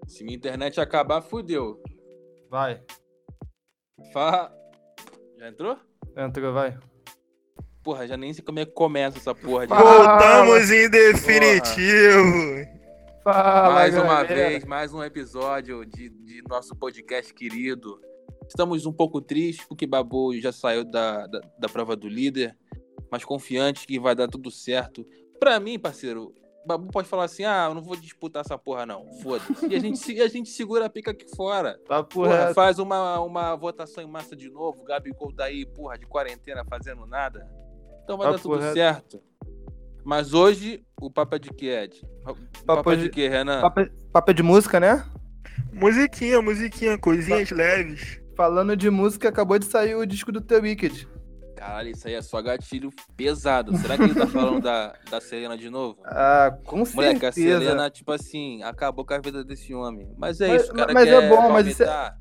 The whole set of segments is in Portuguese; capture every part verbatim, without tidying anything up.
Se minha internet acabar, fudeu. Vai. Fa... Já entrou? Entrou, vai. Porra, já nem sei como é que começa essa porra de... Voltamos em definitivo. Fala, Mais uma galera. vez, mais um episódio de, de nosso podcast querido. Estamos um pouco tristes porque Babu já saiu da, da, da prova do líder, mas confiantes que vai dar tudo certo. Pra mim, parceiro, Babu pode falar assim, ah, eu não vou disputar essa porra não, foda-se. E a gente, a gente segura a pica aqui fora. Papo Porra, reto. faz uma, uma votação em massa de novo, Gabigol daí, porra, de quarentena, fazendo nada. Então vai dar Papo tudo reto. certo. Mas hoje, o papo é de que, Ed? O papo, Papo é de- de que, Renan? Papo, papo de música, né? Musiquinha, musiquinha, coisinhas leves. Falando de música, acabou de sair o disco do The Wicked. Caralho, isso aí é só gatilho pesado. Será que ele tá falando da, da Selena de novo? Ah, com Moleque, a certeza. Selena, tipo assim, acabou com a vida desse homem. Mas é Mas- isso, o cara mas quer é bom, mas isso é- palmitar.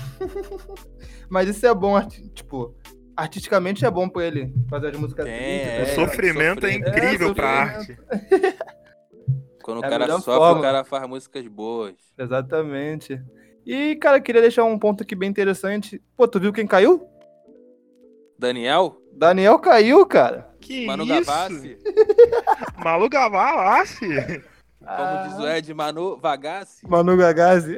Mas isso é bom, arti- tipo, artisticamente é bom pra ele fazer as músicas Tem, tristes, é. O tá ligado? sofrimento é sofrer. incrível É, pra sofrimento. arte. Quando o É a cara melhor sofre, forma. o cara faz músicas boas. Exatamente. E, cara, queria deixar um ponto aqui bem interessante. Pô, tu viu quem caiu? Daniel? Daniel caiu, cara. Que Manu isso? Gavassi? Malu Gavassi? Como diz o Ed, Manu Vagassi? Manu Gagazzi.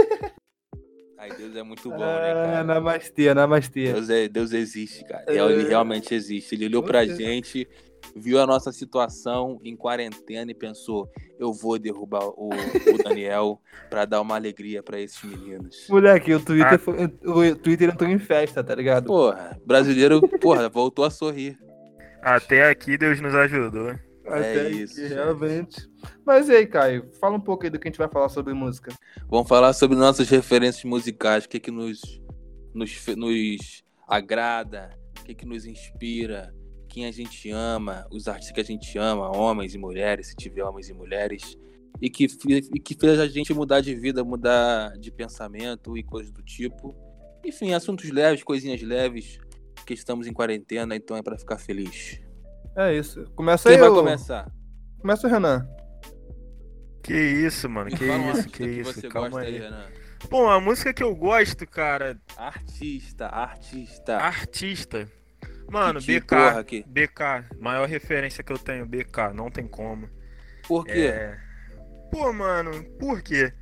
Ai, Deus é muito bom, né, Ah, cara? namastê, namastê. Deus, é, Deus existe, cara. É. Ele realmente existe. Ele olhou Com pra certeza. gente, viu a nossa situação em quarentena e pensou: eu vou derrubar o, o Daniel pra dar uma alegria pra esses meninos. Moleque, o Twitter, Ah. foi- o Twitter entrou em festa, tá ligado? Porra, brasileiro, porra, voltou a sorrir. Até aqui Deus nos ajudou. Até aqui, isso, gente. realmente. Mas e aí, Caio? Fala um pouco aí do que a gente vai falar sobre música. Vamos falar sobre nossas referências musicais, o que que nos, nos, fe- nos agrada, o que que nos inspira, quem a gente ama, os artistas que a gente ama, homens e mulheres, se tiver homens e mulheres, e que, fi- e que fez a gente mudar de vida, mudar de pensamento e coisas do tipo. Enfim, assuntos leves, coisinhas leves, que estamos em quarentena, então é pra ficar feliz. É isso. Começa Quem aí, vai ô- começar? Começa o Renan. Que isso, mano, que Fala um isso, artista que isso, você calma gosta aí. Renan. Bom, a música que eu gosto, cara, Artista, artista. artista. Mano, Que B tipo, K, porra, que- B K, maior referência que eu tenho, B K, não tem como. Por quê? É... Pô, mano, por quê?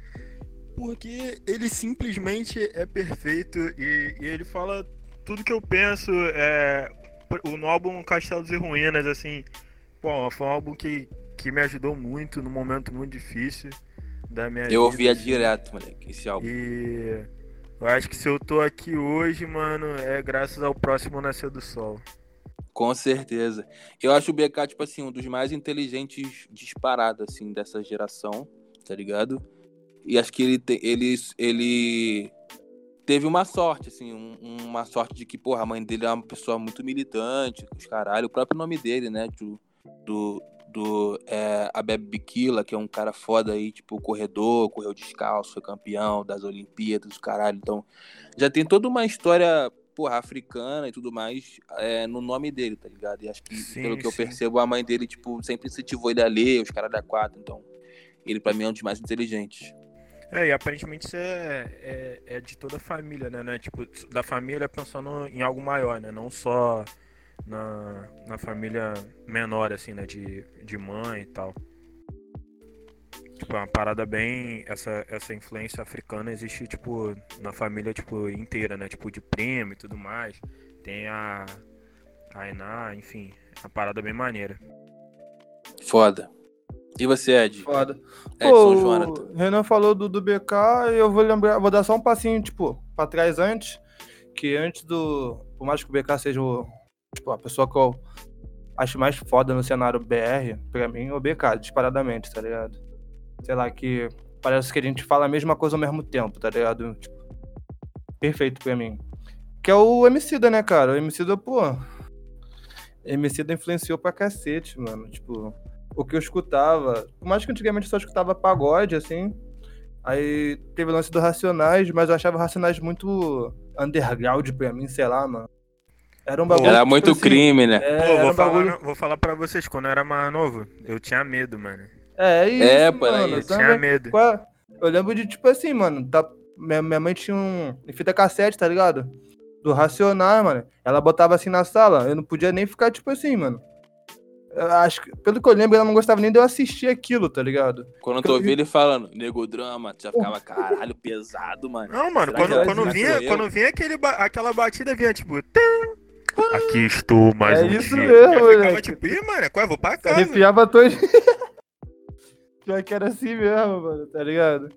Porque ele simplesmente é perfeito e, e ele fala tudo que eu penso. É... o- No álbum Castelos e Ruínas, assim, pô, foi um álbum que, que me ajudou muito num momento muito difícil da minha vida. Eu ouvia assim. direto, moleque, esse álbum. E eu acho que se eu tô aqui hoje, mano, é graças ao próximo Nascer do Sol. Com certeza. Eu acho o B K, tipo assim, um dos mais inteligentes disparado, assim, dessa geração, tá ligado? E acho que ele, te- ele, ele teve uma sorte, assim, um- uma sorte de que, porra, a mãe dele é uma pessoa muito militante, os caralho, o próprio nome dele, né, do, do, do é, Abebe Bikila, que é um cara foda aí, tipo, corredor, correu descalço, foi campeão das Olimpíadas, os caralho, então já tem toda uma história, porra, africana e tudo mais é, no nome dele, tá ligado? E acho que, Sim, pelo que eu sim. percebo, a mãe dele, tipo, sempre incentivou ele a ler, os caras da quatro, então ele pra mim é um dos mais inteligentes. É, e aparentemente isso é, é, é de toda a família, né, né? Tipo, da família pensando em algo maior, né? Não só na, na família menor, assim, né? De, de mãe e tal. Tipo, é uma parada bem... Essa, essa influência africana existe, tipo, na família, tipo, inteira, né? Tipo, de primo e tudo mais. Tem a... A Ainá, enfim. É uma parada bem maneira. Foda. E você, Ed? Foda. Edson Pô, Jonathan. o Renan falou do, do B K e eu vou lembrar, vou dar só um passinho, tipo, pra trás antes, que antes do, por mais que o B K seja o, tipo, a pessoa que eu acho mais foda no cenário B R, pra mim é o B K, disparadamente, tá ligado? Sei lá, que parece que a gente fala a mesma coisa ao mesmo tempo, tá ligado? Tipo, perfeito pra mim. Que é o Emicida, né, cara? O Emicida, pô, Emicida influenciou pra cacete, mano, tipo... O que eu escutava, por mais que antigamente eu só escutava pagode, assim, aí teve o lance do Racionais, mas eu achava o Racionais muito underground pra mim, sei lá, mano. Era um bagulho. Era tipo muito assim, crime, né? É, Pô, era vou um bagulho. falar, vou falar pra vocês, quando eu era mais novo, eu tinha medo, mano. É, isso, É, pô, era mano. isso. também. Tinha medo. Qual- Eu lembro de, tipo assim, mano, tá, minha, minha mãe tinha um em fita cassete, tá ligado? Do Racionais, mano. Ela botava assim na sala, eu não podia nem ficar, tipo assim, mano. Eu acho que, pelo que eu lembro, ela não gostava nem de eu assistir aquilo, tá ligado? Quando tu ouvi ele falando, nego drama, tu já ficava, caralho, pesado, mano. Não, mano, Será quando, que- quando será que vinha, sou eu? quando vinha aquele, ba- aquela batida, vinha tipo. "Tum, aqui estou mais É um isso dia." mesmo, Eu ficava moleque. tipo, ih, mano, qual é? Vou pra casa. Arrepiava todo. Pior que era assim mesmo, mano, tá ligado?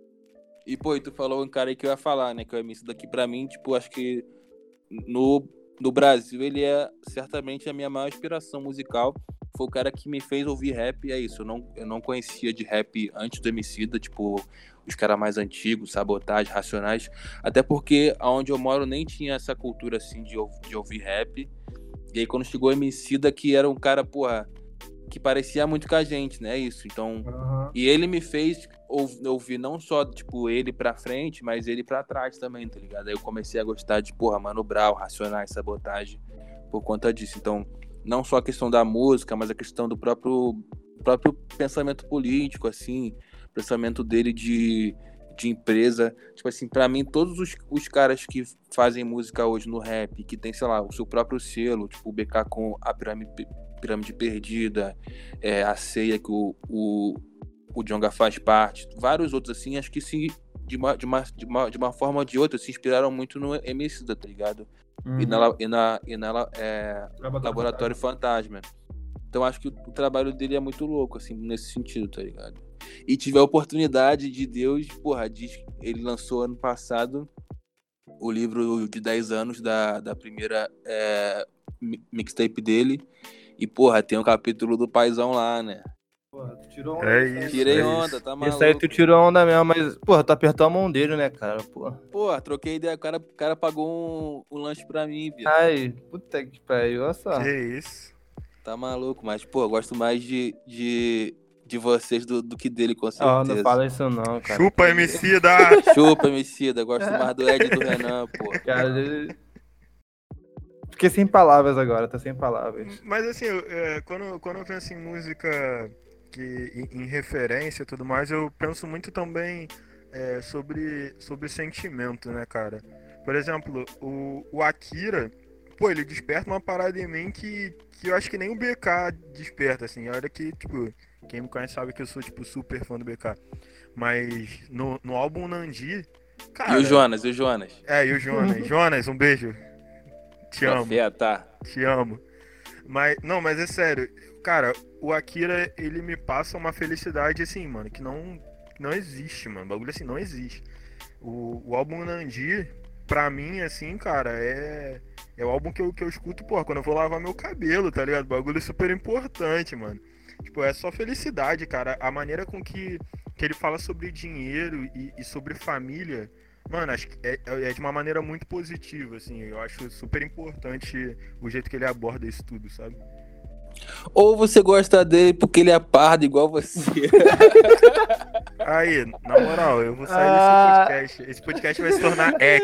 E, pô, e tu falou um cara aí que eu ia falar, né? Que é o M C daqui pra mim, tipo, acho que no, no Brasil ele é certamente a minha maior inspiração musical. Foi o cara que me fez ouvir rap, e é isso. Eu não, eu não conhecia de rap antes do Emicida, tipo, os caras mais antigos, Sabotagem, Racionais. Até porque aonde eu moro nem tinha essa cultura, assim, de, ou- de ouvir rap. E aí quando chegou o Emicida, que era um cara, porra, que parecia muito com a gente, né? É isso. Então, Uhum. e ele me fez ou- ouvir não só, tipo, ele pra frente, mas ele pra trás também, tá ligado? Aí eu comecei a gostar de, porra, Mano Brown, Racionais, Sabotagem, por conta disso. Então, não só a questão da música, mas a questão do próprio, próprio pensamento político, assim, pensamento dele de, de empresa. Tipo assim, pra mim, todos os, os caras que fazem música hoje no rap, que tem, sei lá, o seu próprio selo, tipo o B K com a Pirâmide, Pirâmide Perdida, é, a Ceia que o, o, o Djonga faz parte, vários outros assim, acho que se de uma, de uma, de uma, de uma forma ou de outra se inspiraram muito no Emicida, tá ligado? E na, e na, e na é, Laboratório Fantasma. Então acho que o, o trabalho dele é muito louco, assim, nesse sentido, tá ligado? E tive a oportunidade de Deus, porra, diz, ele lançou ano passado o livro de dez anos da, da primeira é, mi- mixtape dele. E, porra, tem um capítulo do Paizão lá, né? Porra, tu tirou onda. É desse aí. isso. Tirei é onda, isso. tá maluco. Esse aí tu tirou onda mesmo, mas, porra, tu apertou a mão dele, né, cara? Porra. Porra, troquei ideia, o cara, o cara pagou um, um lanche pra mim, viado. Ai, puta que pariu, olha só. Que isso. Tá maluco, mas, pô, eu gosto mais de, de, de vocês do, do que dele, com Ó, certeza. não fala isso não, cara. Chupa, Emicida! Chupa, Emicida, gosto mais do Ed e do Renan, pô. Cara, ele- Fiquei sem palavras agora, tá sem palavras. Mas assim, eu, é, quando, quando eu penso em música que, em, em referência e tudo mais, eu penso muito também é, sobre, sobre sentimento, né, cara? Por exemplo, o, o Akira, pô, ele desperta uma parada em mim que, que eu acho que nem o B K desperta, assim. Olha que, tipo, quem me conhece sabe que eu sou, tipo, super fã do B K. Mas no, no álbum Nandi, cara... E o Jonas, e o Jonas? É, e o Jonas. Jonas, um beijo. Te amo. Fé, tá. Te amo. Mas, não, mas é sério. Cara, o Akira, ele me passa uma felicidade assim, mano, que não, que não existe, mano. Bagulho assim, não existe. O, o álbum Nandi, pra mim, assim, cara, é. É o álbum que eu, que eu escuto, pô, quando eu vou lavar meu cabelo, tá ligado? Bagulho super importante, mano. Tipo, é só felicidade, cara. A maneira com que, que ele fala sobre dinheiro e, e sobre família. Mano, acho que é, é de uma maneira muito positiva, assim. Eu acho super importante o jeito que ele aborda isso tudo, sabe? Ou você gosta dele porque ele é pardo igual você. Aí, na moral, eu vou sair Ah. desse podcast. Esse podcast vai se tornar Ek.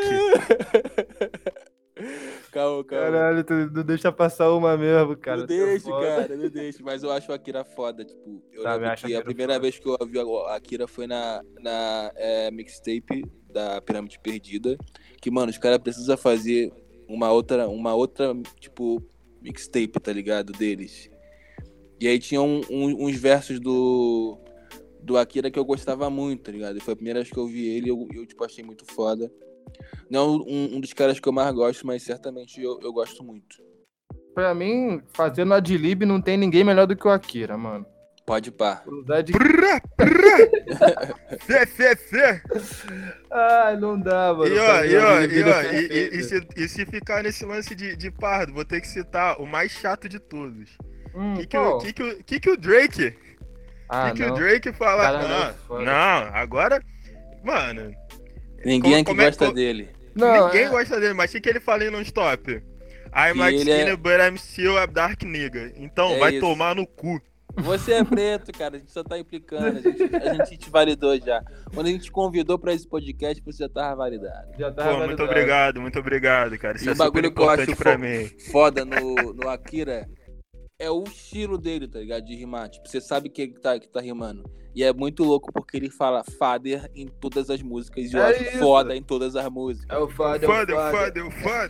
Calma, calma. Caralho, tu não deixa passar uma mesmo, cara. Não tu é deixe, foda. cara, não deixe. Mas eu acho o Akira foda, tipo, eu Tá, me lembro acho que a Akira primeira foda. vez que eu ouvi a Akira foi na, na é, mixtape da Pirâmide Perdida, que, mano, os caras precisam fazer uma outra, uma outra, tipo, mixtape, tá ligado, deles. E aí tinha um- um- uns versos do, do Akira que eu gostava muito, tá ligado? E foi a primeira vez que eu vi ele e eu, eu, tipo, achei muito foda. Não um, um dos caras que eu mais gosto, mas certamente eu, eu gosto muito. Pra mim, fazendo a de Lib não tem ninguém melhor do que o Akira, mano. Pode pá. Cruzar de... Prrrá, prrrá. Fê, fê, fê. Ai, não dá, mano. E ó, Pra mim, e a ó, de Lib e é ó, e, e- perfeita. e se, e se ficar nesse lance de, de pardo, vou ter que citar o mais chato de todos. Hum, O que, que, qual? o, que, que, o- que que o Drake? Ah, que, que não. o Drake fala? Cara, não, não, foda. não, agora. Mano, Ninguém Como- aqui como é- gosta co- dele. Não, ninguém é- gosta dele, mas o que, que ele fala em non-stop? I'm Que like ele é- skinny, but I'm still a dark nigga. Então, É vai isso. tomar no cu. Você é preto, cara. A gente só tá implicando. A gente, a gente te validou já. Quando a gente te convidou pra esse podcast, você já tava validado. Já tá Pô, muito validado. obrigado, muito obrigado, cara. Isso E é o super bagulho que eu importante acho pra fo- mim. foda no, no Akira é o estilo dele, tá ligado? De rimar. Tipo, você sabe que ele tá, que tá rimando. E é muito louco porque ele fala father em todas as músicas. E eu É acho isso. foda em todas as músicas. É o Father, Foda, foda, foda.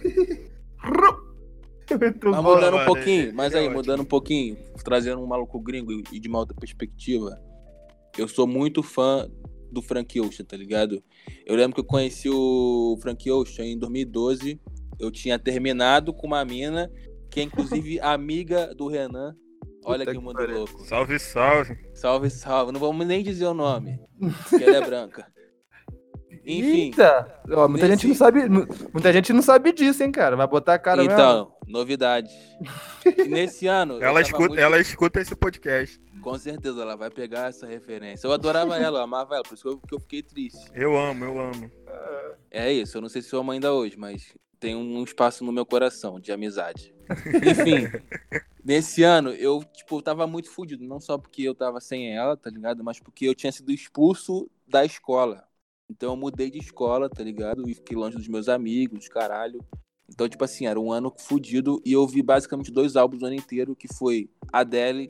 Muito Mas bom. mudando um mano, pouquinho, é- mas é aí, ótimo. mudando um pouquinho, trazendo um maluco gringo e e de uma outra perspectiva, eu sou muito fã do Frank Ocean, tá ligado? Eu lembro que eu conheci o Frank Ocean em dois mil e doze. Eu tinha terminado com uma mina, que é inclusive amiga do Renan. Olha Puta que que mundo pariu. louco. Salve, salve. Salve, salve. Não vamos nem dizer o nome, porque ela é branca. Enfim. Eita! Ó, muita nesse- gente não sabe. mu- Muita gente não sabe disso, hein, cara. Vai botar a cara mesmo. Então, novidade. E nesse ano. eu Ela tava escuta, muito- ela escuta esse podcast. Com certeza, ela vai pegar essa referência. Eu adorava ela, eu amava ela, por isso que eu, que eu fiquei triste. Eu amo, eu amo. É isso, eu não sei se eu amo ainda hoje, mas tem um espaço no meu coração de amizade. Enfim, nesse ano eu, tipo, tava muito fudido, não só porque eu tava sem ela, tá ligado? Mas porque eu tinha sido expulso da escola. Então eu mudei de escola, tá ligado? E fiquei longe dos meus amigos, caralho. Então, tipo assim, era um ano fudido e eu ouvi basicamente dois álbuns o ano inteiro, que foi Adele,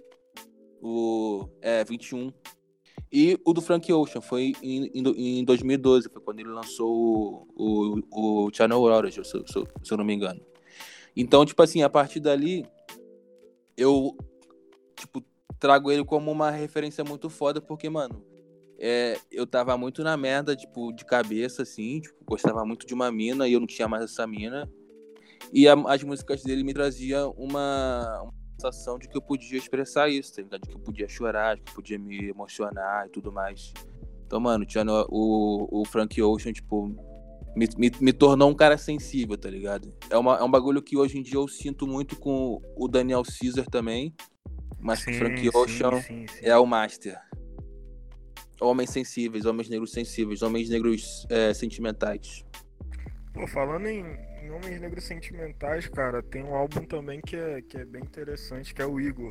o é, vinte e um, e o do Frank Ocean, foi em, em, em dois mil e doze, foi quando ele lançou o, o, o Channel Orange, se, eu- se, eu- se eu não me engano. Então, tipo assim, a partir dali, eu, tipo, trago ele como uma referência muito foda, porque, mano, é, eu tava muito na merda, tipo, de cabeça, assim, tipo, gostava muito de uma mina e eu não tinha mais essa mina. E a- as músicas dele me traziam uma, uma sensação de que eu podia expressar isso, tá ligado? De que eu podia chorar, de que eu podia me emocionar e tudo mais. Então, mano, tinha no- o, o Frank Ocean, tipo, me, me, me tornou um cara sensível, tá ligado? É, uma, é um bagulho que hoje em dia eu sinto muito com o Daniel Caesar também, mas que o Frank Ocean sim, sim. é o master. Homens sensíveis, homens negros sensíveis, homens negros é, sentimentais. Pô, falando em, em Homens Negros Sentimentais, cara, tem um álbum também que é, que é bem interessante, que é o Igor.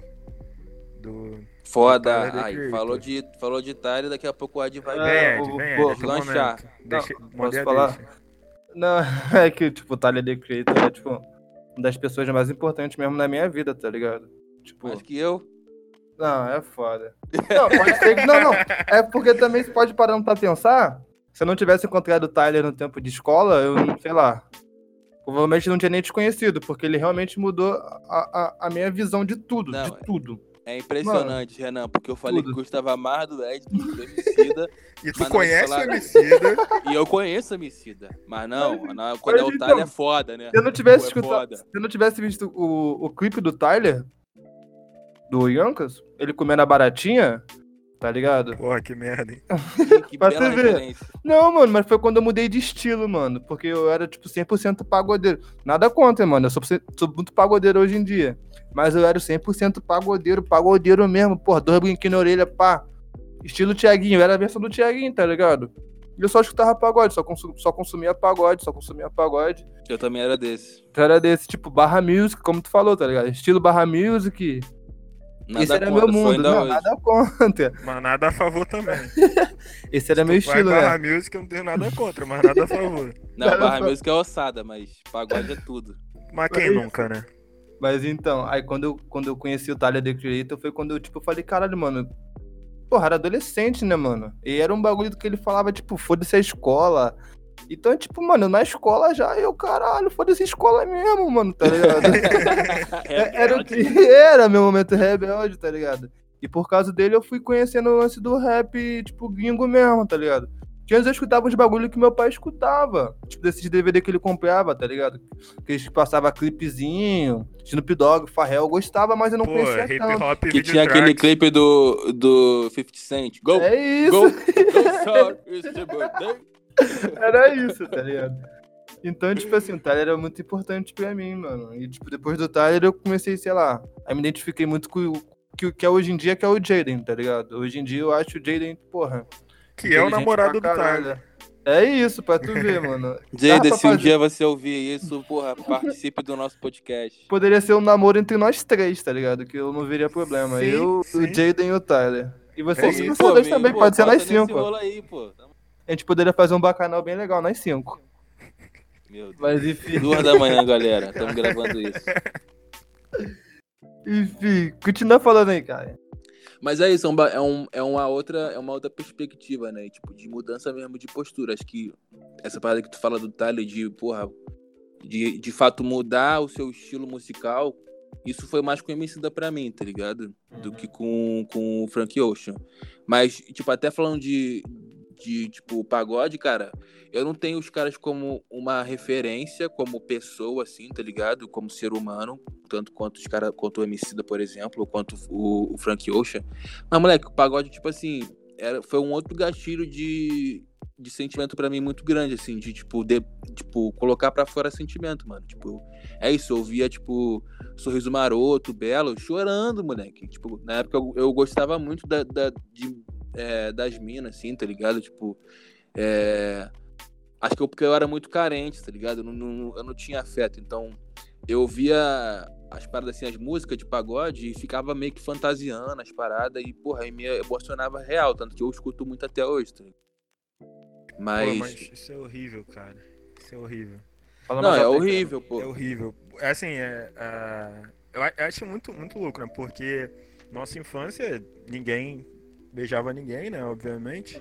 Do... Foda. Tyler, The Ai, Creator. falou de, falou de Tyler, daqui a pouco o Ad vai... Ah, Vem, Ed, o- vem, pô, Ed, é o lanchar. momento. Deixa, Não, mandei posso a falar? deixa. Não, é que, tipo, o Tyler, The Creator é, tipo, uma das pessoas mais importantes mesmo na minha vida, tá ligado? Tipo, Mais que eu. não, é foda. Não, pode ser que... Não, não. É porque também você pode parar pra pensar. Se eu não tivesse encontrado o Tyler no tempo de escola, eu não sei lá. Provavelmente não tinha nem te conhecido, porque ele realmente mudou a, a, a minha visão de tudo, Não, de tudo. É impressionante, Renan, porque eu falei tudo. que gostava mais do Ed do que do Emicida. E tu Mas não conhece falar- o Emicida? E eu conheço o Emicida. Mas não, Mas- na- quando é o mas Tyler então, é foda, né? Se eu não tivesse Pô, é escutado, foda. se eu não tivesse visto o, o clipe do Tyler, do Yonkers, ele comendo a baratinha, tá ligado? Porra, que merda, hein? Que, que Pra bela tu ver. referência. Não, mano, mas foi quando eu mudei de estilo, mano. Porque eu era, tipo, cem por cento pagodeiro. Nada contra, mano. Eu sou, sou muito pagodeiro hoje em dia. Mas eu era cem por cento pagodeiro, pagodeiro mesmo. Porra, dois brinquinhos na orelha, pá. Estilo Thiaguinho. Eu era a versão do Thiaguinho, tá ligado? E eu só escutava pagode, só, consu só consumia pagode, só consumia pagode. Eu também era desse. Então era desse, tipo, barra music, como tu falou, tá ligado? Estilo barra music. Nada Esse era contra, meu sou mundo. ainda Não, hoje. nada contra. Mas nada a favor também. Esse era meu Se tu vai estilo, Barra né? Music, eu não tenho nada contra, mas nada a favor. Não, Nada Barra pra- Music é ossada, mas pagode é tudo. Mas quem nunca, né? Mas então, aí quando eu, quando eu conheci o Tyler, The Creator, foi quando eu, tipo, falei, caralho, mano, porra, era adolescente, né, mano? E era um bagulho do que ele falava, tipo, foda-se a escola. Então, tipo, mano, na escola já, eu, caralho, foda-se a escola mesmo, mano, tá ligado? É- era o que era meu momento rebelde, tá ligado? E por causa dele eu fui conhecendo o lance do rap, tipo, gringo mesmo, tá ligado? Que antes eu escutava uns bagulho que meu pai escutava. Tipo, desses D V D que ele comprava, tá ligado? Que eles passavam clipezinho, Snoop Dogg, Pharrell, eu gostava, mas eu não Pô, conhecia hip tanto. hop Que video tinha aquele tracks. clipe do, do fifty Cent. Go, É isso, go, go, sorry, it's your birthday. era isso, tá ligado? Então, tipo assim, o Tyler era muito importante pra mim, mano. E, tipo, depois do Tyler eu comecei, sei lá, aí me identifiquei muito com o que, que é hoje em dia, que é o Jaden, tá ligado? Hoje em dia eu acho o Jaden, porra... Que é o inteligente namorado do pra caralho. Tyler. É isso, pra tu ver, mano. Jaden, Dá pra se um fazer. dia você ouvir isso, porra, participe do nosso podcast. Poderia ser um namoro entre nós três, tá ligado? Que eu não veria problema. Sim, eu, sim. o Jaden e o Tyler. E você, É se isso, você dois me- também, pô, pode ser bota nós nesse cinco. rolo aí, pô. A gente poderia fazer um bacanal bem legal, nós cinco. Meu Deus. Mas enfim. Duas da manhã, galera. Estamos gravando isso. Enfim, continua falando aí, cara. Mas é isso, é, um, ba- é, um, é uma outra, é uma outra perspectiva, né? Tipo, de mudança mesmo de postura. Acho que essa parada que tu fala do Tyler de, porra, de, de fato mudar o seu estilo musical, isso foi mais com o Emicida pra mim, tá ligado? Do que com, com o Frank Ocean. Mas, tipo, até falando de, de, tipo, pagode, cara, eu não tenho os caras como uma referência, como pessoa, assim, tá ligado? Como ser humano, tanto quanto os caras, quanto o Emicida, por exemplo, ou quanto o, o Frank Ocean. Mas, moleque, o pagode, tipo assim, era, foi um outro gatilho de, de sentimento pra mim muito grande, assim, de, tipo, de, tipo, colocar pra fora sentimento, mano. Tipo, é isso, eu via, tipo, Sorriso Maroto, Belo, chorando, moleque. Tipo, na época eu, eu gostava muito da, da, de, é, das minas, assim, tá ligado? Tipo, é... acho que eu, porque eu era muito carente, tá ligado? Eu não, não, eu não tinha afeto, então eu via as paradas assim, as músicas de pagode e ficava meio que fantasiando as paradas e, porra, aí me emocionava real, tanto que eu escuto muito até hoje, tá ligado? Mas... Pô, mas isso é horrível, cara. Isso é horrível. Fala não, mais é alto aí, cara. horrível, pô. É horrível. É assim, é, é, eu a- eu acho muito, muito louco, né? Porque nossa infância, ninguém beijava ninguém, né? Obviamente.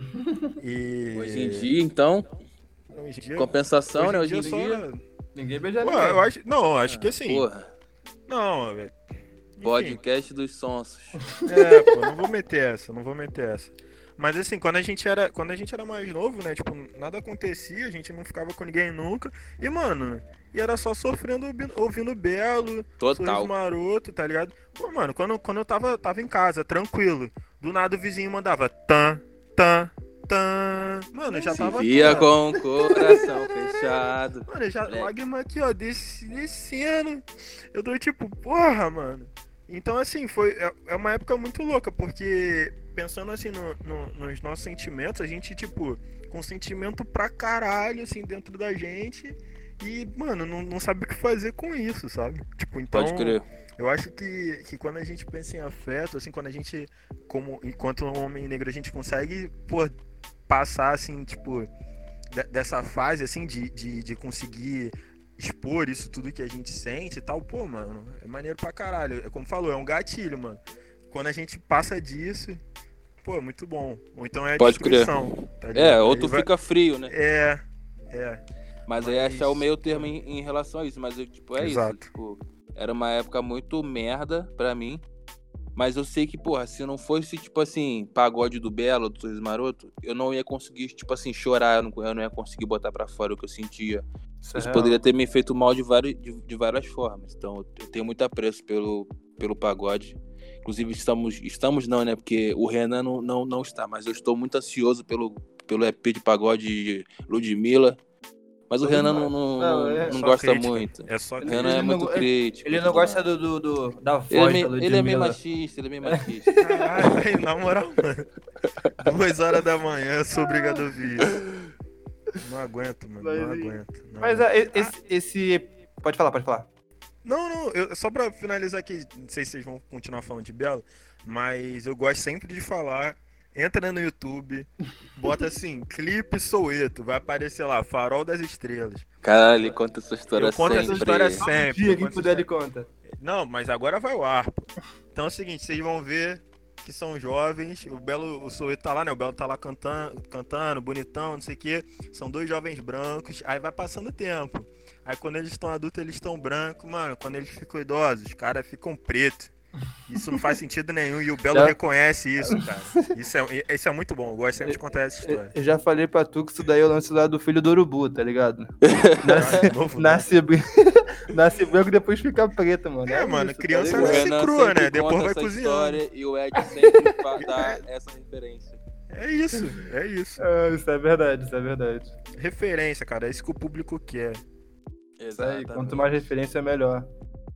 E Hoje em dia, então, hoje em dia, compensação, né? Hoje hoje em em dia dia... só. Ninguém beija Pô, ninguém. eu acho. Não, acho que Ah, assim. porra, Não, velho. Enfim. podcast dos sonsos. É, pô, não vou meter essa, não vou meter essa. Mas assim, quando a gente era, quando a gente era mais novo, né, tipo, nada acontecia, a gente não ficava com ninguém nunca. E, mano, e era só sofrendo ouvindo, ouvindo Belo, Total. Sorriso Maroto, tá ligado? Pô, mano, quando, quando eu tava, tava em casa, tranquilo, do nada o vizinho mandava tan, tan, tan. Mano, eu já Se tava aqui, via ó. com o coração fechado. Mano, eu já, Moleque. lágrima aqui, ó, desce- descendo. Eu tô tipo, porra, mano. Então, assim, foi, é, é uma época muito louca, porque pensando assim no, no- nos nossos sentimentos, a gente, tipo, com sentimento pra caralho, assim, dentro da gente. E, mano, não, não sabe o que fazer com isso, sabe? Tipo, então, Pode crer. eu acho que, que quando a gente pensa em afeto, assim, quando a gente, como, enquanto um homem negro, a gente consegue, pô, passar, assim, tipo, de- dessa fase, assim, de, de, de conseguir expor isso tudo que a gente sente e tal, pô, mano, é maneiro pra caralho. É como falou, é um gatilho, mano. Quando a gente passa disso, pô, é muito bom. Ou então é a Pode crer. destruição, tá ligado? É, ou Aí tu vai- fica frio, né? É, é. Mas aí Mas- achar o meio termo em, em relação a isso. Mas, eu, tipo, é Exato. isso. Tipo, era uma época muito merda pra mim. Mas eu sei que, porra, se não fosse, tipo assim, pagode do Belo, do Sorriso Maroto, eu não ia conseguir, tipo assim, chorar. Eu não, eu não ia conseguir botar pra fora o que eu sentia. Isso é Isso real. poderia ter me feito mal de, vários, de, de várias formas. Então, eu tenho muito apreço pelo, pelo pagode. Inclusive, estamos... Estamos não, né? Porque o Renan não, não, não está. Mas eu estou muito ansioso pelo, pelo E P de pagode de Ludmilla. Mas o Renan não, não, Não, não, é não só gosta crítica. muito. É só O crítica. Renan é Ele muito não- ele- crítico. Ele e não tudo gosta mais. do, do, do- da voz Ele é, da meio, Ludmilla. ele é meio machista, ele é meio machista. Caralho, velho, na moral, mano. Duas horas da manhã, eu sou obrigado a ouvir isso. Não aguento, mano, Mas não e- aguento. não Mas aguento. é, esse, esse... Pode falar, pode falar. Não, não, eu, só pra finalizar aqui, não sei se vocês vão continuar falando de Belo, mas eu gosto sempre de falar. Entra no YouTube, bota assim, clipe Soweto, vai aparecer lá, Farol das Estrelas. Caralho, ele conta essa história Eu conto sempre. essa história sempre. Dia eu que conto puder essa ele conta. Não, mas agora vai o ar, pô. Então é o seguinte, vocês vão ver que são jovens, o Belo, o Soweto tá lá, né? O Belo tá lá cantando, cantando, bonitão, não sei o quê. São dois jovens brancos, aí vai passando o tempo. Aí quando eles estão adultos, eles estão brancos, mano. Quando eles ficam idosos, os caras ficam pretos. Isso não faz sentido nenhum e o Belo Já- reconhece isso, cara. Isso é, isso é muito bom, eu gosto sempre de contar essa história. Eu já falei pra tu que isso daí é o lance lá do filho do urubu, tá ligado? Ah, de novo, né? Nasce, br- nasce branco e depois fica preto, mano. É, mano, isso, criança tá O nasce ligado? Renan crua, sempre né? Depois conta vai essa cozinhando. história e o Ed sempre fa- dá essa referência. É isso, é isso. Ah, isso é verdade, isso é verdade. Referência, cara, é isso que o público quer. Isso aí, quanto mais referência, melhor.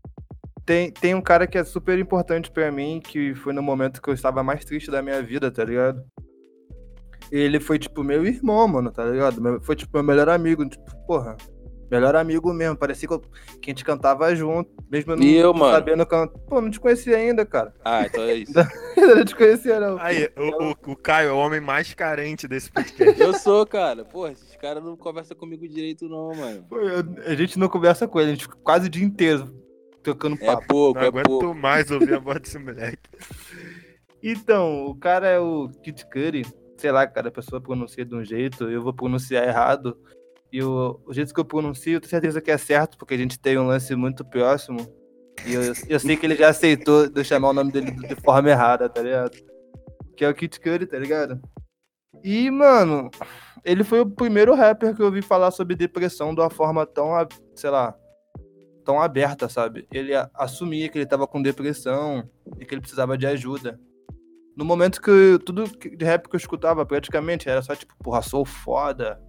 Tem, tem um cara que é super importante pra mim, que foi no momento que eu estava mais triste da minha vida, tá ligado? Ele foi, tipo, meu irmão, mano, tá ligado? Meu- Foi, tipo, meu melhor amigo, tipo, porra, melhor amigo mesmo. Parecia que, eu- que a gente cantava junto, mesmo eu não E eu, mano? sabendo cantar. Pô, não te conhecia ainda, cara. Ah, então é isso. Eu não te conhecia, não. Aí, o, o, o Caio é o homem mais carente desse podcast. Eu sou, cara. Porra, esses caras não conversam comigo direito, não, mano. Pô, eu- a gente não conversa com ele, a gente fica quase o dia inteiro trocando É papo. pouco, Não é aguento pouco. mais ouvir a voz desse moleque. Então, o cara é o Kid Cudi. Sei lá, cada pessoa pronuncia de um jeito, eu vou pronunciar errado. E o, o jeito que eu pronuncio, eu tenho certeza que é certo, porque a gente tem um lance muito próximo. E eu, eu sei que ele já aceitou de eu chamar o nome dele de forma errada, tá ligado? Que é o Kid Cudi, tá ligado? E, mano, ele foi o primeiro rapper que eu ouvi falar sobre depressão de uma forma tão, sei lá, tão aberta, sabe? Ele a- assumia que ele tava com depressão e que ele precisava de ajuda. No momento que eu- tudo que- de rap que eu escutava praticamente era só tipo, porra, sou foda.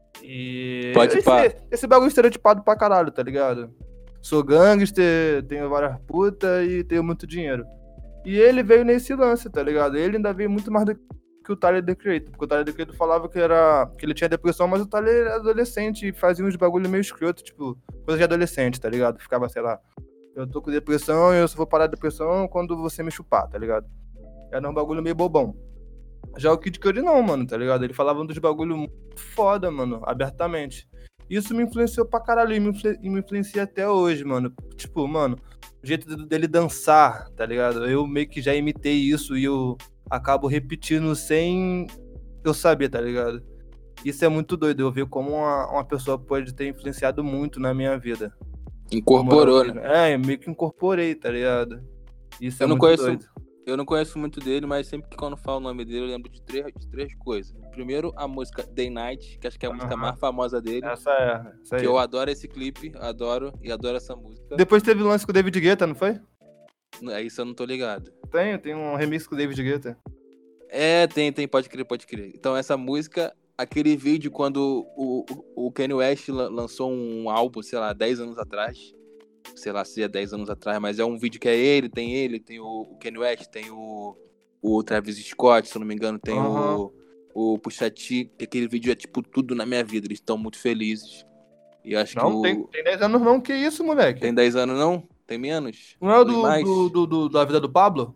E Pode esse, pá. esse bagulho estereotipado pra caralho, tá ligado? Sou gangster, tenho várias putas e tenho muito dinheiro. E ele veio nesse lance, tá ligado? Ele ainda veio muito mais do que o Tyler, The Creator, porque o Tyler, The Creator falava que, era, que ele tinha depressão, mas o Tyler era adolescente e fazia uns bagulho meio escroto, tipo, coisa de adolescente, tá ligado? Ficava, sei lá, eu tô com depressão e eu só vou parar a depressão quando você me chupar, tá ligado? Era um bagulho meio bobão. Já o Kid Cudi não, mano, tá ligado? Ele falava um dos bagulho muito foda, mano, abertamente. Isso me influenciou pra caralho e me, influ- e me influencia até hoje, mano. Tipo, mano, o jeito de- dele dançar, tá ligado? Eu meio que já imitei isso e eu acabo repetindo sem eu saber, tá ligado? Isso é muito doido, eu ver como uma, uma pessoa pode ter influenciado muito na minha vida. Incorporou, Na moral né? mesmo. É, eu meio que incorporei, tá ligado? Isso é Eu não muito conheço, doido. eu não conheço muito dele, mas sempre que quando eu falo o nome dele, eu lembro de três, de três coisas. Primeiro, a música Day Night, que acho que é a música Aham. mais famosa dele. Essa é, essa aí. Que eu adoro esse clipe, adoro e adoro essa música. Depois teve o lance com o David Guetta, não foi? É isso, eu não tô ligado. Tem, tem um remix com o David Guetta. É, tem, tem, pode crer, pode crer. Então essa música, aquele vídeo quando o, o, o Kanye West lan- lançou um álbum, sei lá, dez anos atrás. Sei lá se é dez anos atrás, mas é um vídeo que é ele, tem ele, tem o, o Kanye West, tem o, o Travis Scott, se eu não me engano, tem Aham. o, o Pusha T, que aquele vídeo é tipo tudo na minha vida, eles estão muito felizes. E eu acho Não, que o... tem, tem dez anos não, que isso, moleque? Tem dez anos não? Tem menos? Não é o Tem do, mais? do, do, do- da vida do Pablo?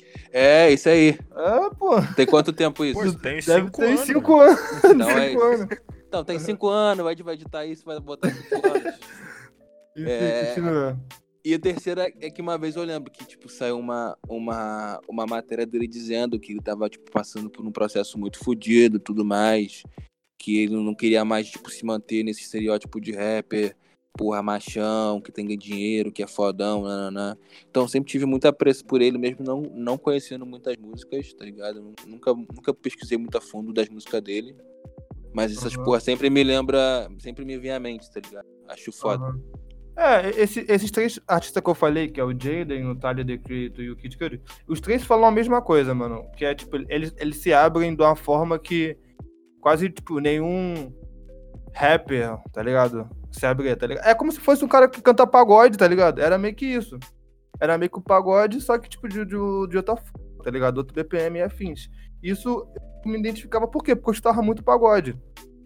É, isso aí. É, pô. Tem quanto tempo isso? Pô, tem Deve cinco ter anos. cinco anos. Então é cinco anos. Então, tem cinco anos, vai vai editar isso, vai botar cinco anos. Enfim, É. continua. E a terceira é que uma vez eu lembro que, tipo, saiu uma, uma, uma matéria dele dizendo que ele tava, tipo, passando por um processo muito fodido e tudo mais, que ele não queria mais, tipo, se manter nesse estereótipo de rapper, porra, machão, que tem dinheiro, que é fodão, nananã. Então, eu sempre tive muito apreço por ele, mesmo não, não conhecendo muitas músicas, tá ligado? Nunca, nunca pesquisei muito a fundo das músicas dele, mas essas Uhum. porra sempre me lembra, sempre me vem à mente, tá ligado? Acho foda. Aham. É, esse- esses três artistas que eu falei, que é o Jaden, o Tyler, The Creator e o Kid Cudi, os três falam a mesma coisa, mano. Que é, tipo, eles, eles se abrem de uma forma que quase, tipo, nenhum rapper, tá ligado? Se abre, tá ligado? É como se fosse um cara que canta pagode, tá ligado? Era meio que isso. Era meio que o pagode, só que, tipo, de, de, de outra forma, tá ligado? Outro B P M e afins. Isso eu me identificava por quê? Porque eu escutava muito pagode.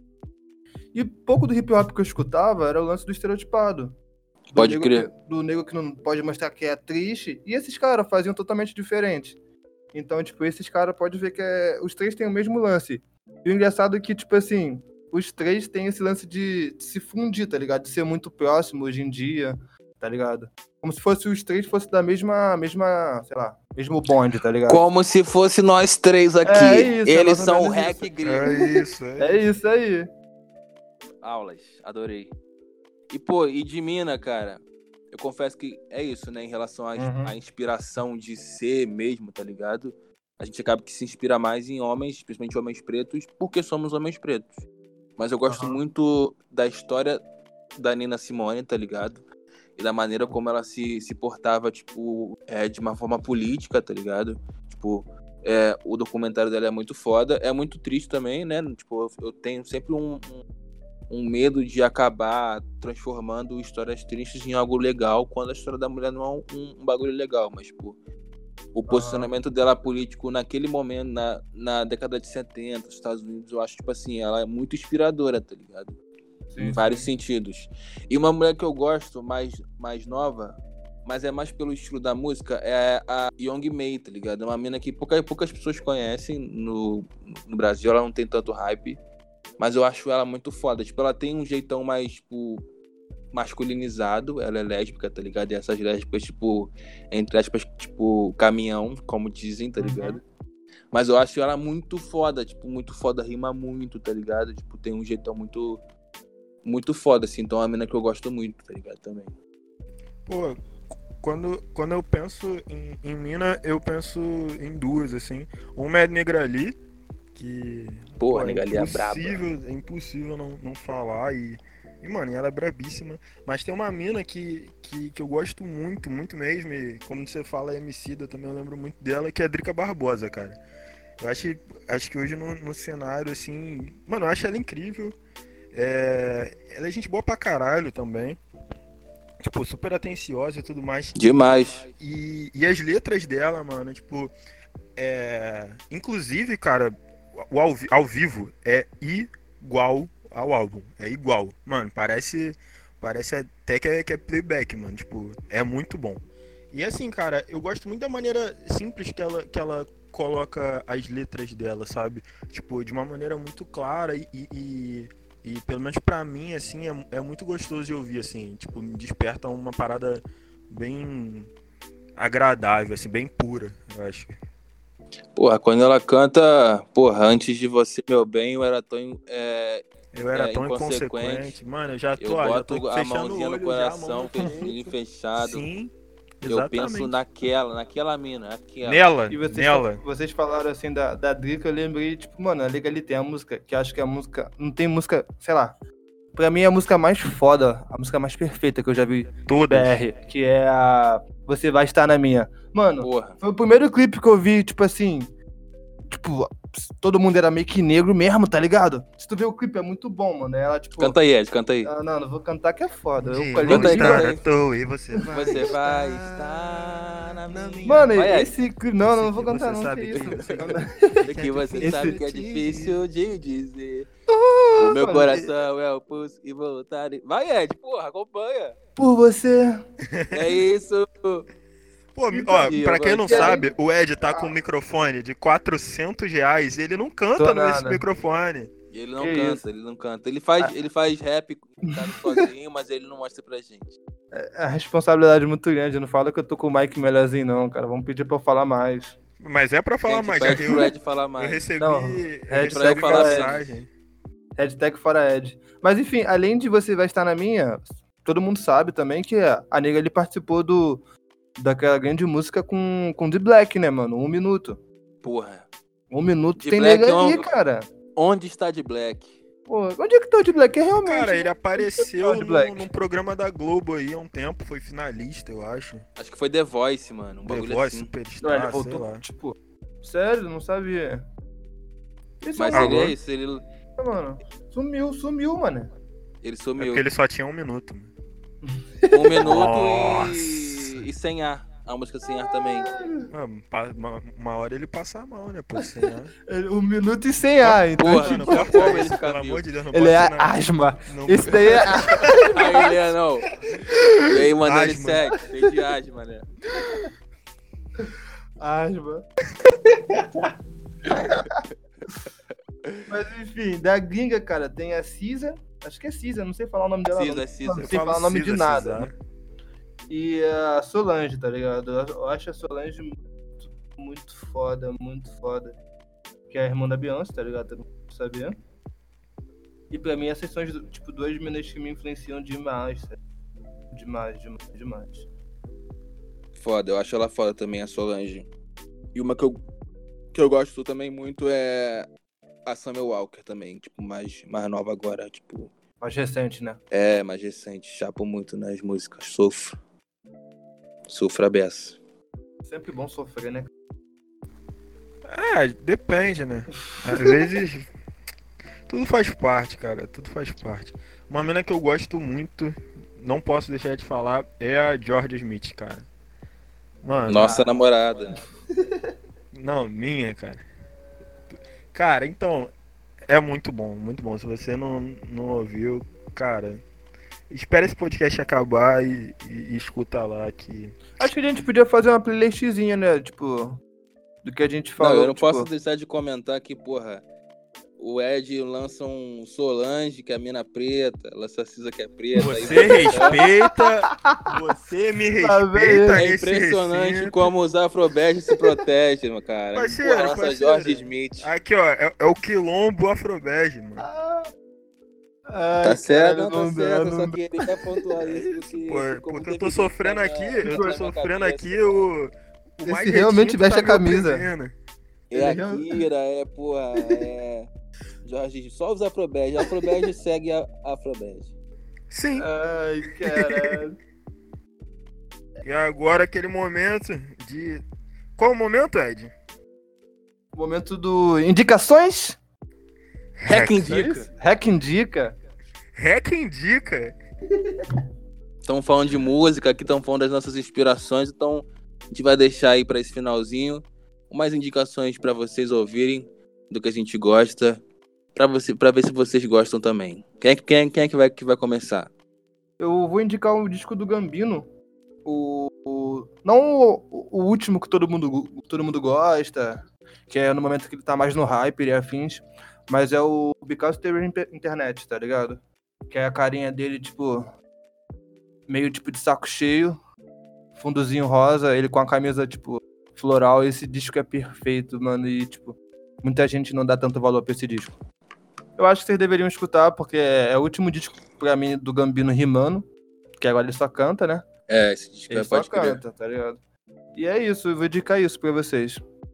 E pouco do hip hop que eu escutava era o lance do estereotipado. Do Pode nego crer. que- do nego que não pode mostrar que é triste. E esses caras faziam totalmente diferente. Então, tipo, esses caras pode ver que é... os três têm o mesmo lance. E o engraçado é que, tipo assim, os três têm esse lance de, de se fundir, tá ligado? De ser muito próximo hoje em dia, tá ligado? Como se fosse os três fossem da mesma, mesma, sei lá, mesmo bonde, tá ligado? Como se fosse nós três aqui. É isso, é Eles mais ou são o menos Hack isso. Gringo. É isso, é, É isso aí. Aulas, adorei. E, pô, e de mina, cara, eu confesso que é isso, né? Em relação à Uhum. à inspiração de ser mesmo, tá ligado? A gente acaba que se inspira mais em homens, principalmente homens pretos, porque somos homens pretos. Mas eu gosto Uhum. muito da história da Nina Simone, tá ligado? E da maneira como ela se, se portava, tipo, é, de uma forma política, tá ligado? Tipo, é, o documentário dela é muito foda. É muito triste também, né? Tipo, eu, eu tenho sempre um, um, um medo de acabar transformando histórias tristes em algo legal, quando a história da mulher não é um, um, um bagulho legal, mas, tipo, o posicionamento dela político naquele momento, na, na década de setenta, nos Estados Unidos, eu acho, tipo assim, ela é muito inspiradora, tá ligado? Sim, Em vários sim. sentidos. E uma mulher que eu gosto, mais, mais nova, mas é mais pelo estilo da música, é a Young May, tá ligado? É uma mina que pouca, poucas pessoas conhecem no, no Brasil, ela não tem tanto hype, mas eu acho ela muito foda. Tipo, ela tem um jeitão mais, tipo, masculinizado, ela é lésbica, tá ligado? E essas lésbicas, tipo, entre aspas, tipo, caminhão, como dizem, tá ligado? Uhum. Mas eu acho ela muito foda, tipo, muito foda, rima muito, tá ligado? Tipo, tem um jeitão muito, muito foda, assim, então é uma mina que eu gosto muito, tá ligado? Também. Pô, quando, quando eu penso em, em mina, eu penso em duas, assim. Uma é Negra Lee, que... Porra, pô, Negra Lee é braba. É impossível não, não falar e... E, mano, ela é brabíssima. Mas tem uma mina que, que, que eu gosto muito, muito mesmo. E como você fala Emicida, também eu lembro muito dela, que é a Drica Barbosa, cara. Eu acho, acho que hoje no, no cenário, assim... Mano, eu acho ela incrível. É, ela é gente boa pra caralho também. Tipo, super atenciosa e tudo mais. Demais. E, e as letras dela, mano, tipo... É, inclusive, cara, o ao, ao vivo é igual ao álbum. É igual. Mano, parece parece até que é, que é playback, mano. Tipo, é muito bom. E assim, cara, eu gosto muito da maneira simples que ela, que ela coloca as letras dela, sabe? Tipo, de uma maneira muito clara e, e, e pelo menos pra mim, assim, é, é muito gostoso de ouvir, assim. Tipo, me desperta uma parada bem agradável, assim, bem pura, eu acho. Porra, quando ela canta, porra, antes de você, meu bem, eu era tão... É... Eu era é, tão inconsequente. inconsequente. Mano, eu já tô, eu ó, boto já tô a mãozinha no, no coração, fechinho fechado. Sim, eu exatamente. penso naquela, naquela mina, aquela. Nela, e vocês, nela. Vocês falaram assim da, da Drica, eu lembrei, tipo, mano, a Liga ali tem a música, que acho que a música, não tem música, sei lá, pra mim é a música mais foda, a música mais perfeita que eu já vi Todas. B R, que é a Você Vai Estar Na Minha. Mano, porra, foi o primeiro clipe que eu vi, tipo assim, tipo, todo mundo era meio que negro mesmo, tá ligado? Se tu vê o clipe, é muito bom, mano. Ela, tipo... Canta aí, Ed, canta aí. Ah, não, não vou cantar que é foda. Eu, Dia, com a língua aí, canta aí. Tô, e você vai, Você vai estar estar na minha... Mano, vai, esse clipe... Não, não, não vou que cantar, você não, sabe que que- isso. que você Esse- sabe que é difícil de dizer. Ah, O meu mano, coração é o pulso e vontade. Vai, Ed, porra, acompanha. Por você... É isso. Pô, Então, ó, eu pra quem vou não te- sabe, o Ed tá com um microfone de quatrocentos reais e ele não canta Tô nesse nada. microfone. E ele não Que canta, isso? ele não canta. Ele faz, Ah. ele faz rap cantando sozinho, mas ele não mostra pra gente. A responsabilidade é muito grande. Não fala que eu tô com o mic melhorzinho, não, cara. Vamos pedir pra eu falar mais. Mas é pra falar gente, mais, já pede que pro eu, Ed falar eu mais. recebi, Não, eu hashtag recebi eu falar mensagem. Hashtag fora Ed. Mas enfim, além de Você Vai Estar Na Minha, todo mundo sabe também que a nega ali participou do daquela grande música com, com The Black, né, mano? Um minuto. Porra. Um minuto The tem Black nega é um- ali, cara. Onde está de Black? Pô, onde é que tá o The Black? É realmente. Cara, ele né? apareceu The num, Black. num programa da Globo aí há um tempo, foi finalista, eu acho. Acho que foi The Voice, mano. Um The bagulho Voice, assim. Não, ele Superstar, sei voltou, lá. tipo. Sério, não sabia. Esse Mas é um ele Alô? é isso, ele, bagulho, mano. Sumiu, sumiu, mano. ele É sumiu. porque ele só tinha um minuto. mano. Um minuto Nossa. e... e sem ar. A música sem ar também. Ah, pa- Uma, uma hora ele passa mal, né? Pô, sem ar. Ele- Um minuto e sem ar, então. Porra, tipo, não tinha corta como ele isso, ficar pelo vivo. amor de Deus, não ele é bota na- asma. não- Esse daí é. Aí, Leandro. E aí, mano, ele Asma. segue. Tem de asma, né? Asma. Mas enfim, da gringa, cara, tem a Cisa. Acho que é Cisa, não sei falar o nome dela. Cisa, não. Cisa. Não Eu sei falo falar o nome Cisa, de nada. Cesar. E a Solange, tá ligado? Eu acho a Solange muito, muito foda, muito foda. Que é a irmã da Beyoncé, tá ligado? Todo mundo sabia. E pra mim, essas são, tipo, duas meninas que me influenciam demais, sabe? Demais, demais, demais. Foda, eu acho ela foda também, a Solange. E uma que eu, que eu gosto também muito é a Summer Walker também, tipo, mais, mais nova agora, tipo... Mais recente, né? É, mais recente, chapo muito nas músicas, sofro. Sofro a beça. Sempre bom sofrer, né? É, depende, né? Às vezes. Tudo faz parte, cara. Tudo faz parte. Uma mina que eu gosto muito, não posso deixar de falar, é a Georgia Smith, cara. Mano. Nossa namorada. Não, minha, cara. Cara, então. É muito bom, muito bom. Se você não, não ouviu, cara. Espera esse podcast acabar e, e, e escuta lá que. Acho que a gente podia fazer uma playlistzinha, né? Tipo, do que a gente falou. Não, eu não tipo... posso deixar de comentar que, porra, o Ed lança um Solange, que é a mina preta, lança a Cisa, que é preta. Você aí... respeita, você me respeita. É impressionante recinto. como os Afrobest se protegem, meu cara. Parceiro, Porra, lança parceiro. Jorge Smith. Aqui, ó, é, é o quilombo Afrobege, mano. Ai, Tá certo, cara, não, não tá dá, certo, não só dá. queria pontuar isso, porque, Pô, ficou porque muito eu tô evidente sofrendo na aqui, minha- eu tô na minha sofrendo cabeça. aqui o... o Esse mais realmente retinto veste tá a camisa. me oprimindo. É Ele Akira, é, porra, é... Jorge, só os Afrobest. Afrobest segue a Afrobest. Sim. Ai, caralho. E agora aquele momento de... Qual o momento, Ed? Momento do indicações? Hack É indica. isso? Hack indica. Hack indica. Estamos falando de música, aqui estamos falando das nossas inspirações, então a gente vai deixar aí para esse finalzinho umas indicações para vocês ouvirem do que a gente gosta, para você, para ver se vocês gostam também. Quem é, quem, quem é que, vai, que vai começar? Eu vou indicar o disco do Gambino. O, o- não o, o último que todo mundo, todo mundo gosta, que é no momento que ele tá mais no hype e afins, mas é o Because There is Internet, tá ligado? Que é a carinha dele, tipo, meio tipo de saco cheio, fundozinho rosa, ele com a camisa, tipo, floral. Esse disco é perfeito, mano, e, tipo, muita gente não dá tanto valor pra esse disco. Eu acho que vocês deveriam escutar, porque é o último disco, pra mim, do Gambino rimando, que agora ele só canta, né? É, esse disco Ele é, só pode crer. canta, tá ligado? E é isso, eu vou indicar isso pra vocês.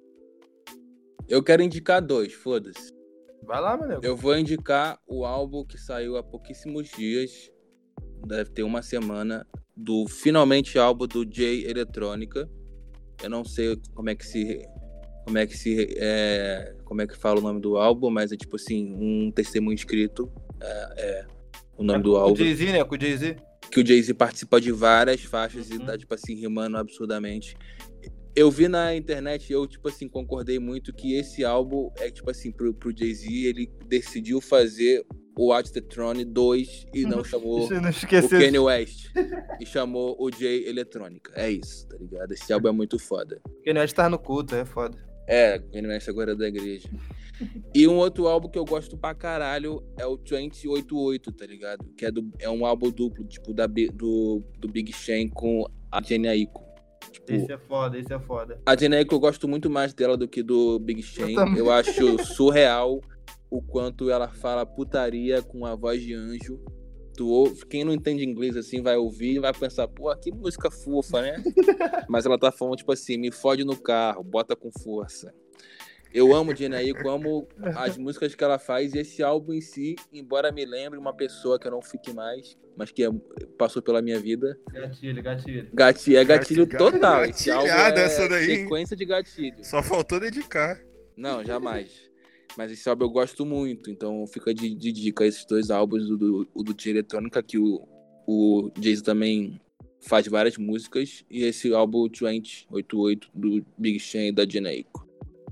Eu quero indicar dois, foda-se. Vai lá, meu nego. Eu vou indicar o álbum que saiu há pouquíssimos dias, deve ter uma semana, do finalmente álbum do Jay Eletrônica. Eu não sei como é que se como é que se é, como é que fala o nome do álbum, mas é tipo assim, um testemunho escrito, é, é o nome É do com álbum. o Jay-Z, né? Com o Jay-Z. Que o Jay-Z participa de várias faixas Uhum. e tá, tipo assim, rimando absurdamente. Eu vi na internet e eu, tipo assim, concordei muito que esse álbum é, tipo assim, pro, pro Jay-Z, ele decidiu fazer o Watch the Throne dois e não chamou Deixa eu não o esquecer. Kanye West. E chamou o Jay Eletrônica. É isso, tá ligado? Esse álbum é muito foda. Kanye West tá no culto, é foda. É, Kanye West agora é da igreja. E um outro álbum que eu gosto pra caralho é o vinte e oito oito, tá ligado? Que é, do, é um álbum duplo, tipo, da, Bi- do, do Big Sean com a Jhené Aiko. Tipo, Esse é foda, esse é foda. a Jhené Aiko eu gosto muito mais dela do que do Big Sean. Eu também. Eu acho surreal o quanto ela fala putaria com a voz de anjo. Tu ouve, quem não entende inglês assim vai ouvir e vai pensar, pô, que música fofa, né? Mas ela tá falando, tipo assim, me fode no carro, bota com força. Eu amo Jhené Aiko, amo as músicas que ela faz e esse álbum em si, embora me lembre uma pessoa que eu não fique mais, mas que é- passou pela minha vida. Gatilho, gatilho. Gatilho, é gatilho Gatilhada total. Esse álbum gatilhada é essa daí, hein? sequência de gatilho. Só faltou dedicar. Não, jamais. Mas esse álbum eu gosto muito, então fica de, de dica esses dois álbuns, o do, o do Jay Eletrônica, que o, o Jay-Z também faz várias músicas, e esse álbum vinte e oito oito do Big Sean e da Jhené Aiko.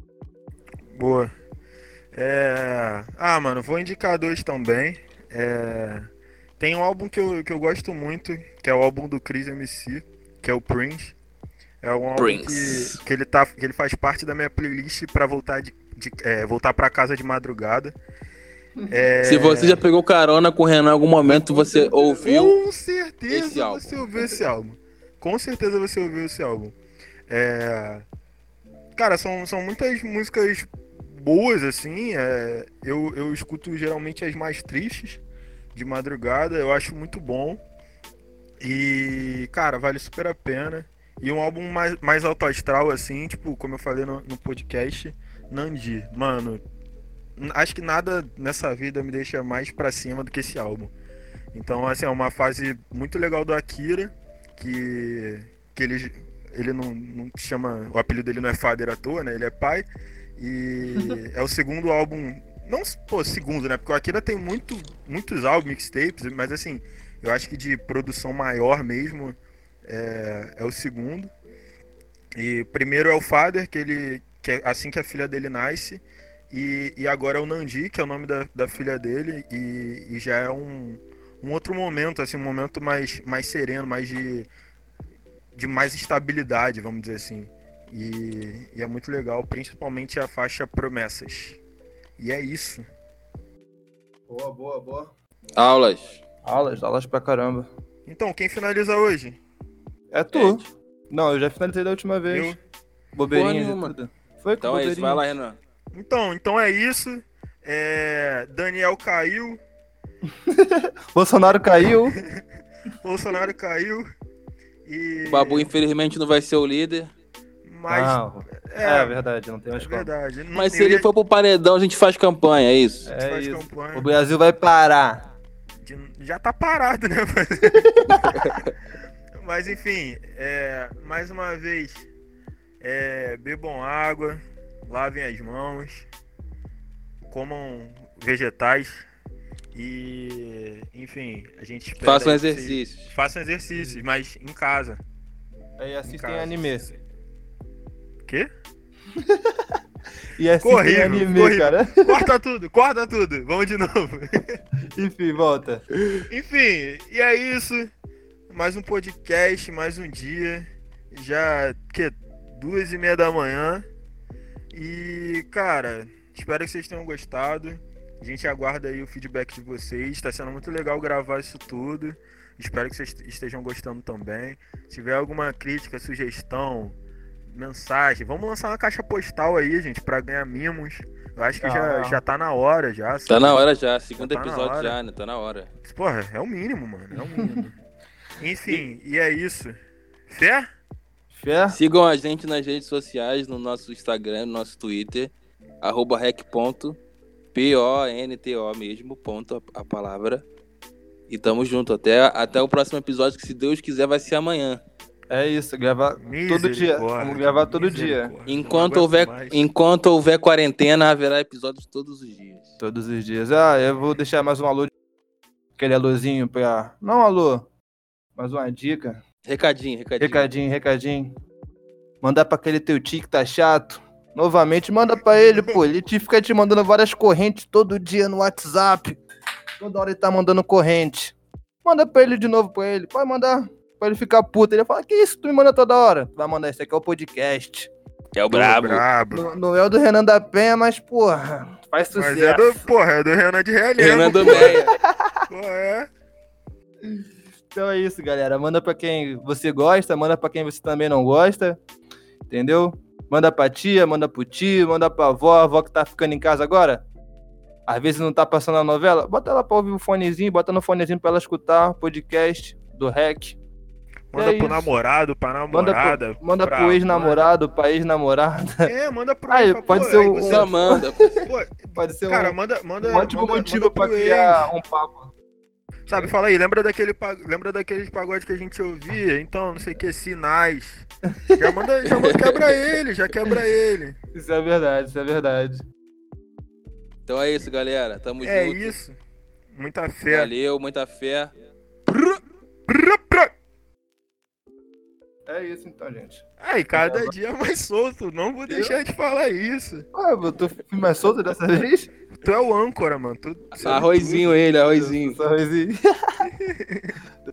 Boa. É... Ah, mano, vou indicar dois também. É... Tem um álbum que eu, que eu gosto muito, que é o álbum do Chris M C, que é o Prince. É um álbum Prince. que, que, ele tá, que ele faz parte da minha playlist pra voltar, de, de, é, voltar pra casa de madrugada. É... Se você já pegou carona com o Renan em algum momento, você ouviu. Com certeza esse álbum. você ouviu esse álbum. Com certeza você ouviu esse álbum. É... Cara, são, são muitas músicas boas, assim. É... Eu, eu escuto geralmente as mais tristes de madrugada. Eu acho muito bom. E, cara, vale super a pena. E um álbum mais, mais alto astral, assim, tipo, como eu falei no, no podcast, Nandi. Mano, acho que nada nessa vida me deixa mais pra cima do que esse álbum. Então, assim, é uma fase muito legal do Akira, que, que ele, ele não, não chama... O apelido dele não é Father à toa, né? Ele é pai. E é o segundo álbum... Não, pô, segundo, né? Porque o Akira tem muito, muitos álbuns, mixtapes, mas, assim, eu acho que de produção maior mesmo é, é o segundo. E primeiro é o Father, que ele... Que é assim que a filha dele nasce. E, e agora é o Nandi, que é o nome da, da filha dele, e, e já é um, um outro momento, assim, um momento mais, mais sereno, mais de, de mais estabilidade, vamos dizer assim. E, e é muito legal, principalmente a faixa Promessas. E é isso. Boa, boa, boa. Aulas. Aulas, aulas pra caramba. Então, quem finaliza hoje? É tu. Ed. Não, eu já finalizei da última vez. Eu? Bobeirinha Porra e nenhuma. tudo. Foi com Então é isso, bobeirinha. vai lá, Renan. Então, então é isso. É, Daniel caiu, Bolsonaro caiu. Bolsonaro caiu. E... O Babu, infelizmente, não vai ser o líder. Mas. Não. é, É, verdade, não tem mais é como. verdade. Não- Mas se eu ele ia- for pro paredão, a gente faz campanha, é isso? É faz isso. campanha. O Brasil vai parar. de- Já tá parado, né? Mas enfim, é, mais uma vez, é, bebam água, lavem as mãos, comam vegetais e, enfim, a gente espera Façam aí que vocês- exercícios. Façam exercícios, mas em casa. Aí Em assistem casa. anime. Quê? E assistem Corrível, anime, corrível. cara. Corta tudo, corta tudo. Vamos de novo. Enfim, volta. Enfim, e é isso. Mais um podcast, mais um dia. Já, que duas e meia da manhã. E, cara, espero que vocês tenham gostado. A gente aguarda aí o feedback de vocês. Está sendo muito legal gravar isso tudo. Espero que vocês estejam gostando também. Se tiver alguma crítica, sugestão, mensagem, vamos lançar uma caixa postal aí, gente, pra ganhar mimos. Eu acho que já, Ah. já tá na hora, já. Tá na hora já, segundo Tá na episódio hora. já, né? Tá na hora. Porra, é o mínimo, mano. É o mínimo. Enfim, e é isso. Fé? Fé? Sigam a gente nas redes sociais, no nosso Instagram, no nosso Twitter, arroba rec ponto, P O N T O mesmo, ponto a, a palavra. E tamo junto, até, até o próximo episódio, que se Deus quiser vai ser amanhã. É isso, gravar todo dia. Misericórdia, Vamos gravar todo dia. misericórdia. Enquanto Não houver, aguento mais. enquanto houver quarentena, haverá episódios todos os dias. Todos os dias. Ah, eu vou deixar mais um alô. Aquele alôzinho pra. Não alô, mas uma dica. Recadinho, recadinho. Recadinho, recadinho. Mandar pra aquele teu tio que tá chato. Novamente, manda pra ele, pô. Ele te fica te mandando várias correntes todo dia no WhatsApp. Toda hora ele tá mandando corrente. Manda pra ele de novo pra ele. Pode mandar. Pra ele ficar puto. Ele fala, que isso? Tu me manda toda hora. Vai mandar, esse aqui é o podcast. É o Tô brabo. brabo. Não, não é o do Renan da Penha, mas, porra, faz Mas sucesso. é do, porra, é do Renan de Realengo. Renan do Meia. Porra, é. Então é isso, galera. Manda pra quem você gosta, manda pra quem você também não gosta. Entendeu? Manda pra tia, manda pro tio, manda pra avó, a avó que tá ficando em casa agora. Às vezes não tá passando a novela, bota ela pra ouvir o fonezinho, bota no fonezinho pra ela escutar o podcast do Rec. Manda É pro isso. namorado, pra Manda namorada. pro, manda pra pro ex-namorado, pra ex-namorada. mãe. É, manda pro Aí, pô, pode aí ser o- você- Só manda. pô, Pode ser cara, um, manda, manda, um ótimo manda, motivo manda pra pro criar ex. um papo. Sabe, fala aí, lembra daquele, pa- lembra daqueles pagodes que a gente ouvia? Então, não sei o que, sinais. Já manda, já manda, quebra ele, já quebra ele. Isso é verdade, isso é verdade. Então é isso, galera. Tamo É junto. isso. Muita fé. Valeu, muita fé. É isso então, gente. Aí, cada dia mais solto, não vou deixar de falar isso. Ah, eu tô mais solto dessa vez? Tu é o âncora, mano. Tu, tu sabe Arrozinho ele, arrozinho. Sorrisinho.